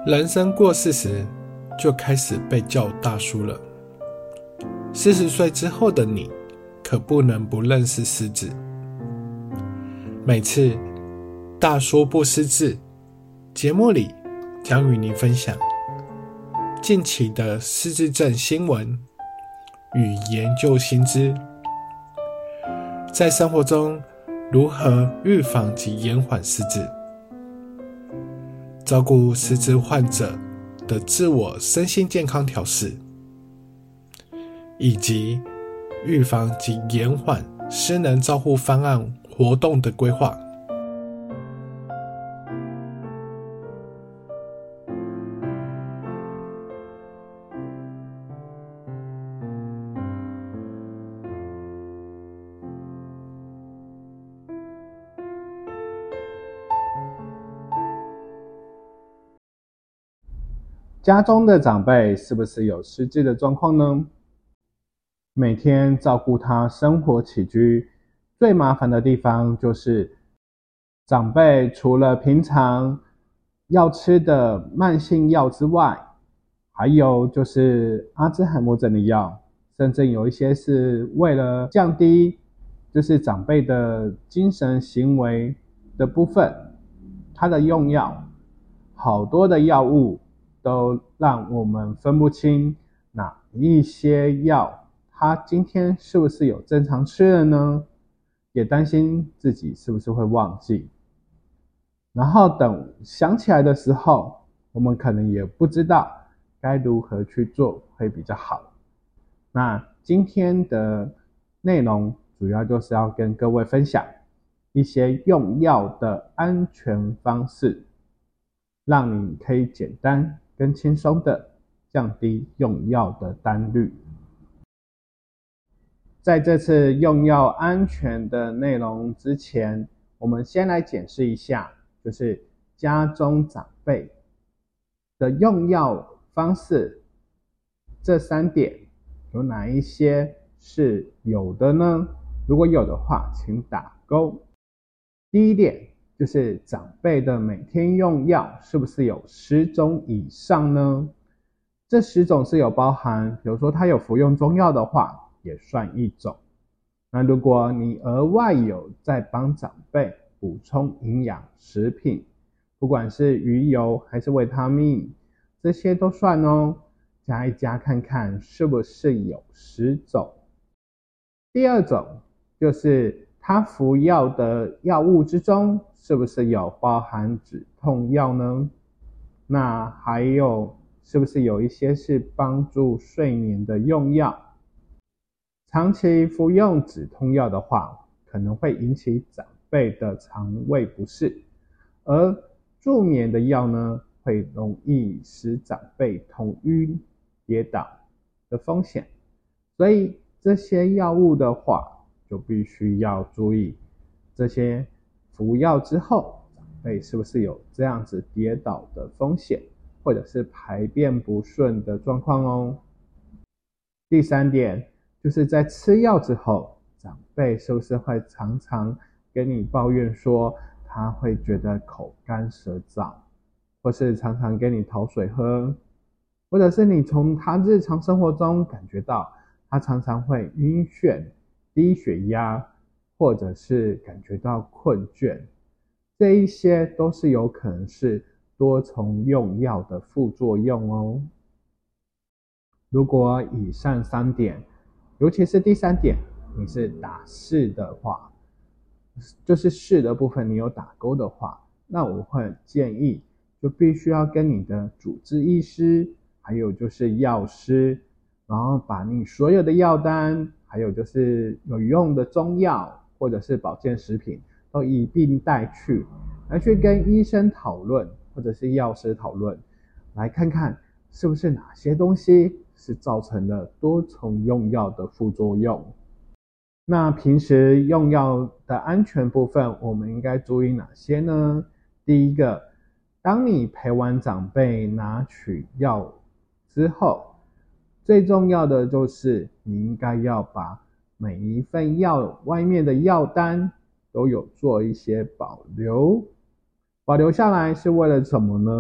人生过40就开始被叫大叔了。40岁之后的你，可不能不认识失智。每次大叔不失智节目里，将与您分享近期的失智症新闻与研究新知，在生活中如何预防及延缓失智，照顾失智患者的自我身心健康调试，以及预防及延缓失能照护方案活动的规划。 家中的长辈是不是有失智的状况呢？每天照顾他生活起居，最麻烦的地方就是长辈除了平常要吃的慢性药之外，还有就是阿兹海默症的药，甚至有一些是为了降低就是长辈的精神行为的部分，他的用药，好多的药物都让我们分不清哪一些药他今天是不是有正常吃了呢？也担心自己是不是会忘记，然后等想起来的时候，我们可能也不知道该如何去做会比较好。那今天的内容主要就是要跟各位分享一些用药的安全方式，让你可以简单更轻松的降低用药的单率。在这次用药安全的内容之前，我们先来检视一下，就是家中长辈的用药方式，这3点有哪一些是有的呢？如果有的话，请打勾。第一点就是长辈的每天用药是不是有10种以上呢？这10种是有包含，比如说他有服用中药的话，也算一种。那如果你额外有在帮长辈补充营养食品，不管是鱼油还是维他命，这些都算哦，加一加看看是不是有10种。第二种就是他服药的药物之中是不是有包含止痛药呢？那还有是不是有一些是帮助睡眠的用药？长期服用止痛药的话，可能会引起长辈的肠胃不适，而助眠的药呢，会容易使长辈头晕跌倒的风险。所以这些药物的话，就必须要注意这些服药之后，长辈是不是有这样子跌倒的风险，或者是排便不顺的状况哦。第3点就是在吃药之后，长辈是不是会常常跟你抱怨说他会觉得口干舌燥，或是常常跟你讨水喝，或者是你从他日常生活中感觉到他常常会晕眩、低血压，或者是感觉到困倦，这一些都是有可能是多重用药的副作用哦。如果以上3点，尤其是第3点，你是打是的话，就是是的部分你有打勾的话，那我会建议就必须要跟你的主治医师，还有就是药师，然后把你所有的药单，还有就是有用的中药或者是保健食品都一并带去，来去跟医生讨论，或者是药师讨论，来看看是不是哪些东西是造成了多重用药的副作用。那平时用药的安全部分，我们应该注意哪些呢？第一个，当你陪完长辈拿取药之后，最重要的就是你应该要把每一份药外面的药单都有做一些保留。保留下来是为了什么呢？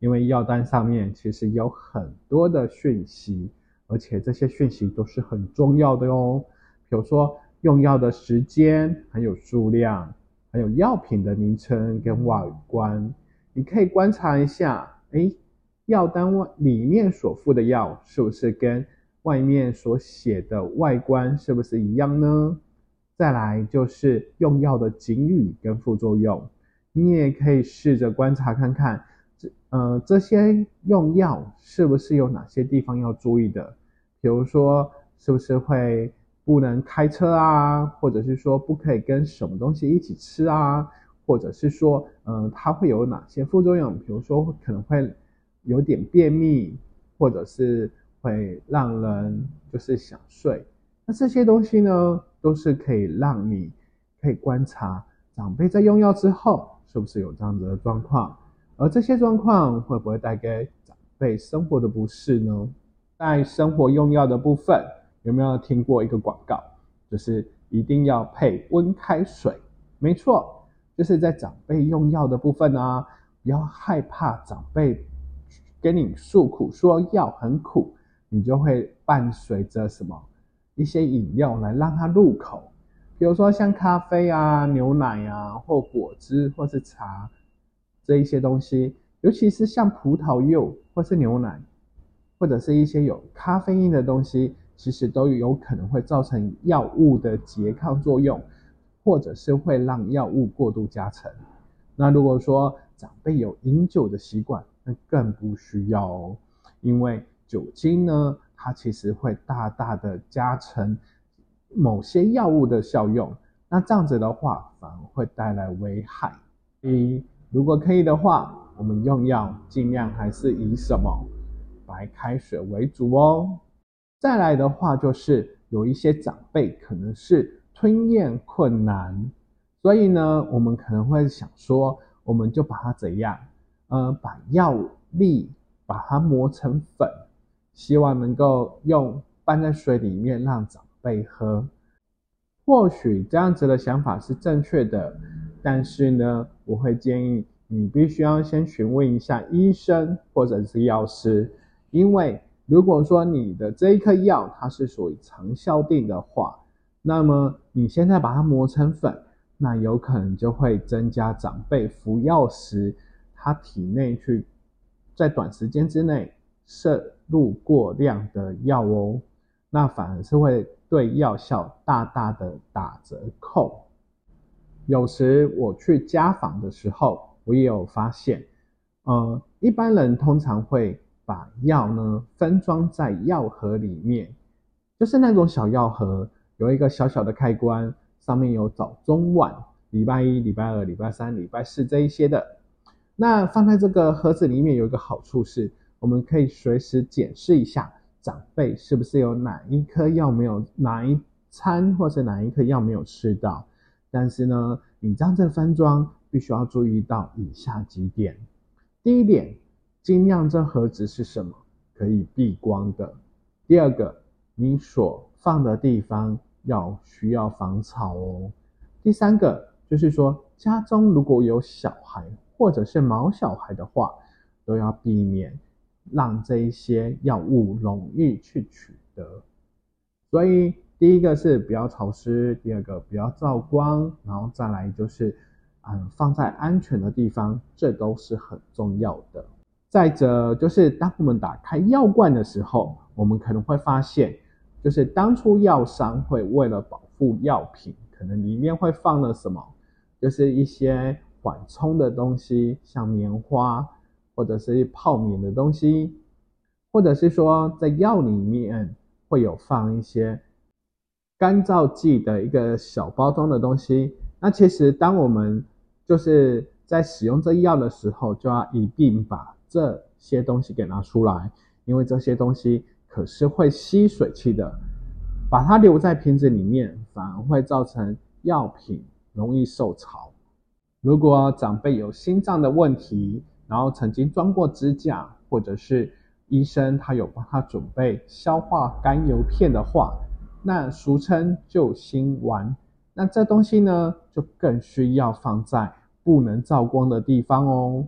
因为药单上面其实有很多的讯息，而且这些讯息都是很重要的哦。比如说用药的时间，还有数量，还有药品的名称跟外观，你可以观察一下，药单里面所附的药是不是跟外面所写的外观是不是一样呢？再来就是用药的警语跟副作用，你也可以试着观察看看，这些用药是不是有哪些地方要注意的，比如说是不是会不能开车啊，或者是说不可以跟什么东西一起吃啊，或者是说它会有哪些副作用，比如说可能会有点便秘，或者是会让人就是想睡。那这些东西呢，都是可以让你可以观察长辈在用药之后是不是有这样子的状况，而这些状况会不会带给长辈生活的不适呢？在生活用药的部分，有没有听过一个广告，就是一定要配温开水？没错，就是在长辈用药的部分啊，不要害怕长辈跟你诉苦说药很苦，你就会伴随着什么一些饮料来让它入口，比如说像咖啡啊、牛奶啊，或果汁或是茶这一些东西，尤其是像葡萄柚或是牛奶，或者是一些有咖啡因的东西，其实都有可能会造成药物的拮抗作用，或者是会让药物过度加成。那如果说长辈有饮酒的习惯，那更不需要哦，因为酒精呢，它其实会大大的加成某些药物的效用，那这样子的话反而会带来危害。如果可以的话，我们用药尽量还是以什么白开水为主哦。再来的话就是有一些长辈可能是吞咽困难，所以呢我们可能会想说，我们就把它怎样把药粒把它磨成粉，希望能够拌在水里面让长辈喝。或许这样子的想法是正确的，但是呢我会建议你必须要先询问一下医生或者是药师，因为如果说你的这一颗药它是属于长效病的话，那么你现在把它磨成粉，那有可能就会增加长辈服药时他体内去在短时间之内摄入过量的药哦，那反而是会对药效大大的打折扣。有时我去家访的时候，我也有发现，一般人通常会把药呢分装在药盒里面，就是那种小药盒，有一个小小的开关，上面有早中晚，礼拜一、礼拜二、礼拜三、礼拜四这一些的。那放在这个盒子里面有一个好处是，我们可以随时检视一下长辈是不是有哪一颗药没有，哪一餐或是哪一颗药没有吃到。但是呢，你这样子分装必须要注意到以下几点。第一点，尽量这盒子是什么？可以避光的。第二个，你所放的地方需要防草哦。第三个，就是说家中如果有小孩或者是毛小孩的话，都要避免让这一些药物容易去取得。所以第一个是不要潮湿，第二个不要照光，然后再来就是放在安全的地方，这都是很重要的。再者就是当我们打开药罐的时候，我们可能会发现，就是当初药商会为了保护药品，可能里面会放了什么，就是一些缓冲的东西，像棉花或者是泡棉的东西，或者是说在药里面会有放一些干燥剂的一个小包装的东西。那其实当我们就是在使用这药的时候，就要一并把这些东西给拿出来，因为这些东西可是会吸水气的，把它留在瓶子里面反而会造成药品容易受潮。如果长辈有心脏的问题，然后曾经装过支架，或者是医生他有帮他准备消化甘油片的话，那俗称救心丸，那这东西呢就更需要放在不能照光的地方哦。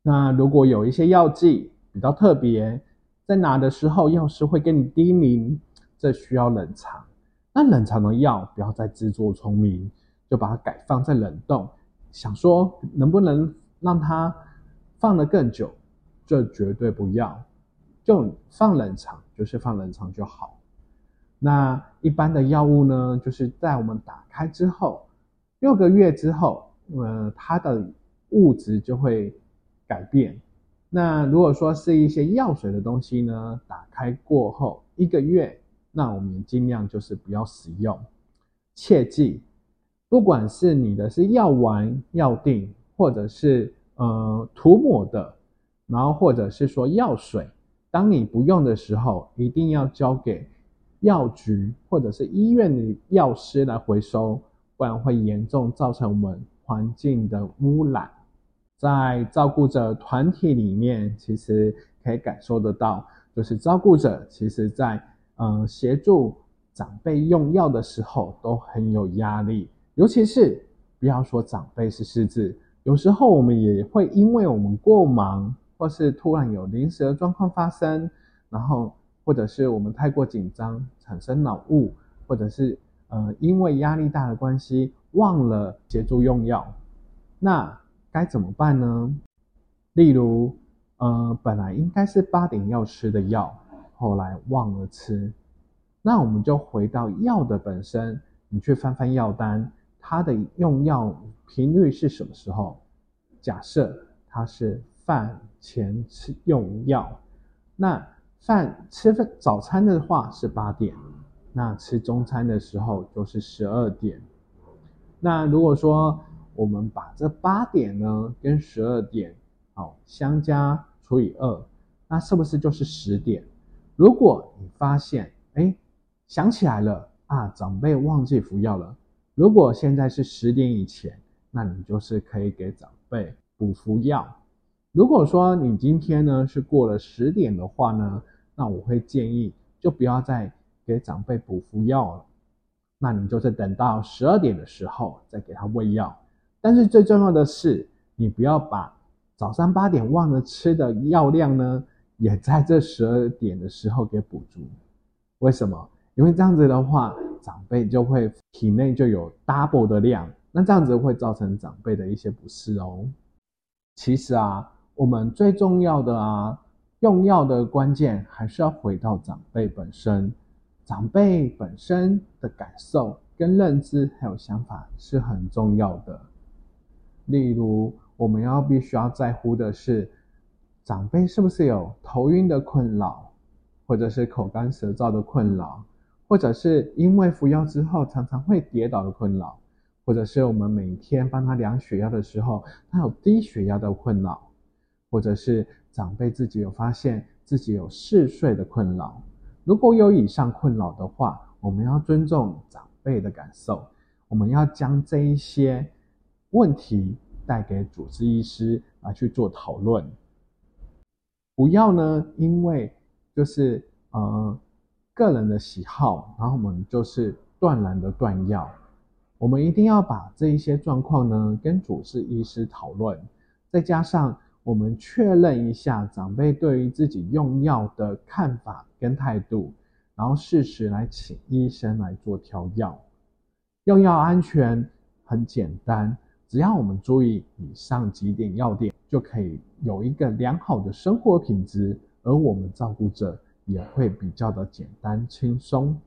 那如果有一些药剂比较特别，在拿的时候药师会跟你叮咛，这需要冷藏。那冷藏的药不要再自作聪明，就把它改放在冷冻，想说能不能让它放得更久，这绝对不要，就放冷藏，就是放冷藏就好。那一般的药物呢，就是在我们打开之后6个月之后，它的物质就会改变。那如果说是一些药水的东西呢，打开过后1个月，那我们也尽量就是不要使用。切记，不管是你的是药丸、药锭，或者是涂抹的，然后或者是说药水，当你不用的时候，一定要交给药局或者是医院的药师来回收，不然会严重造成我们环境的污染。在照顾者团体里面，其实可以感受得到，就是照顾者其实在协助长辈用药的时候都很有压力，尤其是不要说长辈是失智，有时候我们也会因为我们过忙，或是突然有临时的状况发生，然后或者是我们太过紧张产生脑雾，或者是因为压力大的关系忘了协助用药，那该怎么办呢？例如本来应该是8点要吃的药，后来忘了吃，那我们就回到药的本身，你去翻翻药单，它的用药频率是什么时候？假设它是饭前吃用药，那吃早餐的话是8点，那吃中餐的时候就是12点。那如果说我们把这8点呢跟12点相加除以2，那是不是就是10点？如果你发现想起来了长辈忘记服药了，如果现在是10点以前，那你就是可以给长辈补服药。如果说你今天呢是过了10点的话呢，那我会建议就不要再给长辈补服药了，那你就是等到12点的时候再给他喂药。但是最重要的是，你不要把早上8点忘了吃的药量呢，也在这12点的时候给补足。为什么？因为这样子的话，长辈就会体内就有 double 的量，那这样子会造成长辈的一些不适哦。其实我们最重要的用药的关键还是要回到长辈本身。长辈本身的感受跟认知还有想法是很重要的。例如我们必须要在乎的是，长辈是不是有头晕的困扰，或者是口干舌燥的困扰，或者是因为服药之后常常会跌倒的困扰，或者是我们每天帮他量血压的时候他有低血压的困扰，或者是长辈自己有发现自己有嗜睡的困扰。如果有以上困扰的话，我们要尊重长辈的感受，我们要将这一些问题带给主治医师来去做讨论。不要呢因为就是个人的喜好，然后我们就是断然的断药。我们一定要把这一些状况呢跟主治医师讨论，再加上我们确认一下长辈对于自己用药的看法跟态度，然后适时来请医生来做调药。用药安全很简单，只要我们注意以上几点要点，就可以有一个良好的生活品质，而我们照顾者也会比较的简单轻松。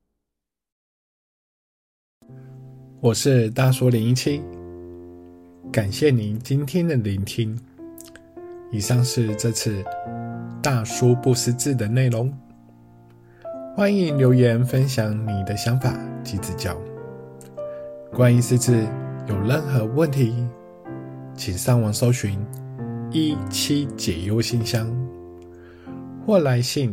我是大叔017，感谢您今天的聆听。以上是这次大叔不识字的内容，欢迎留言分享你的想法及指教。关于识字有任何问题，请上网搜寻17解忧信箱，或来信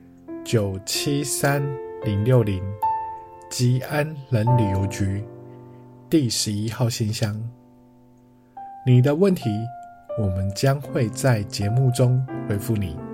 973-060吉安人旅游局第11号信箱。你的问题我们将会在节目中回复你。